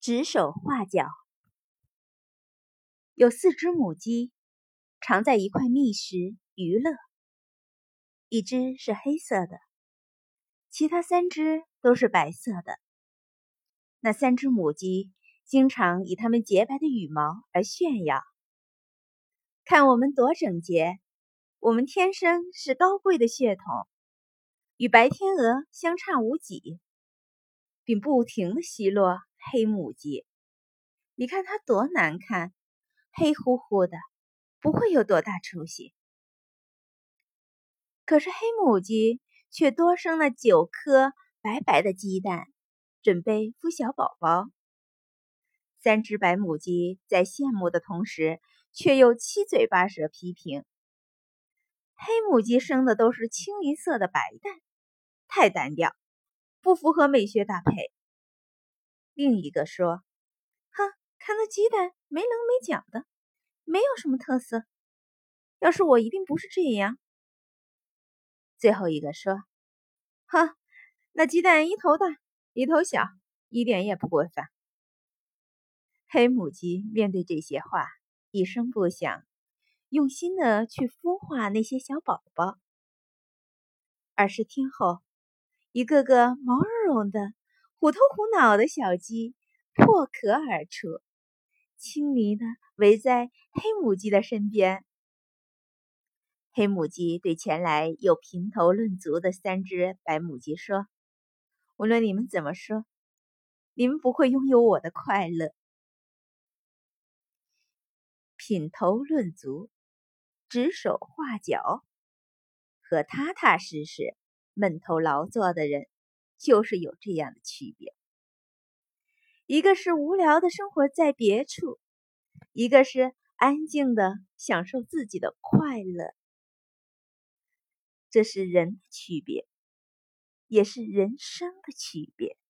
指手画脚。有4只母鸡，常在一块觅食娱乐。一只是黑色的，其他3只都是白色的。那3只母鸡经常以它们洁白的羽毛而炫耀。看我们多整洁，我们天生是高贵的血统，与白天鹅相差无几，并不停地奚落黑母鸡。你看它多难看，黑乎乎的，不会有多大出息。可是黑母鸡却多生了9颗白白的鸡蛋，准备孵小宝宝。3只白母鸡在羡慕的同时，却又七嘴八舌批评：黑母鸡生的都是清一色的白蛋，太单调，不符合美学搭配。另一个说：哼，看那鸡蛋没棱没角的，没有什么特色，要是我一定不是这样。最后一个说：哼，那鸡蛋一头大一头小，一点也不过分。黑母鸡面对这些话，一声不响，用心的去孵化那些小宝宝。20天后，一个个毛茸茸的、虎头虎脑的小鸡破壳而出，亲昵的围在黑母鸡的身边。黑母鸡对前来又评头论足的3只白母鸡说：无论你们怎么说，你们不会拥有我的快乐。品头论足，指手画脚，和踏踏实实闷头劳作的人就是有这样的区别。一个是无聊的生活在别处，一个是安静的享受自己的快乐。这是人的区别，也是人生的区别。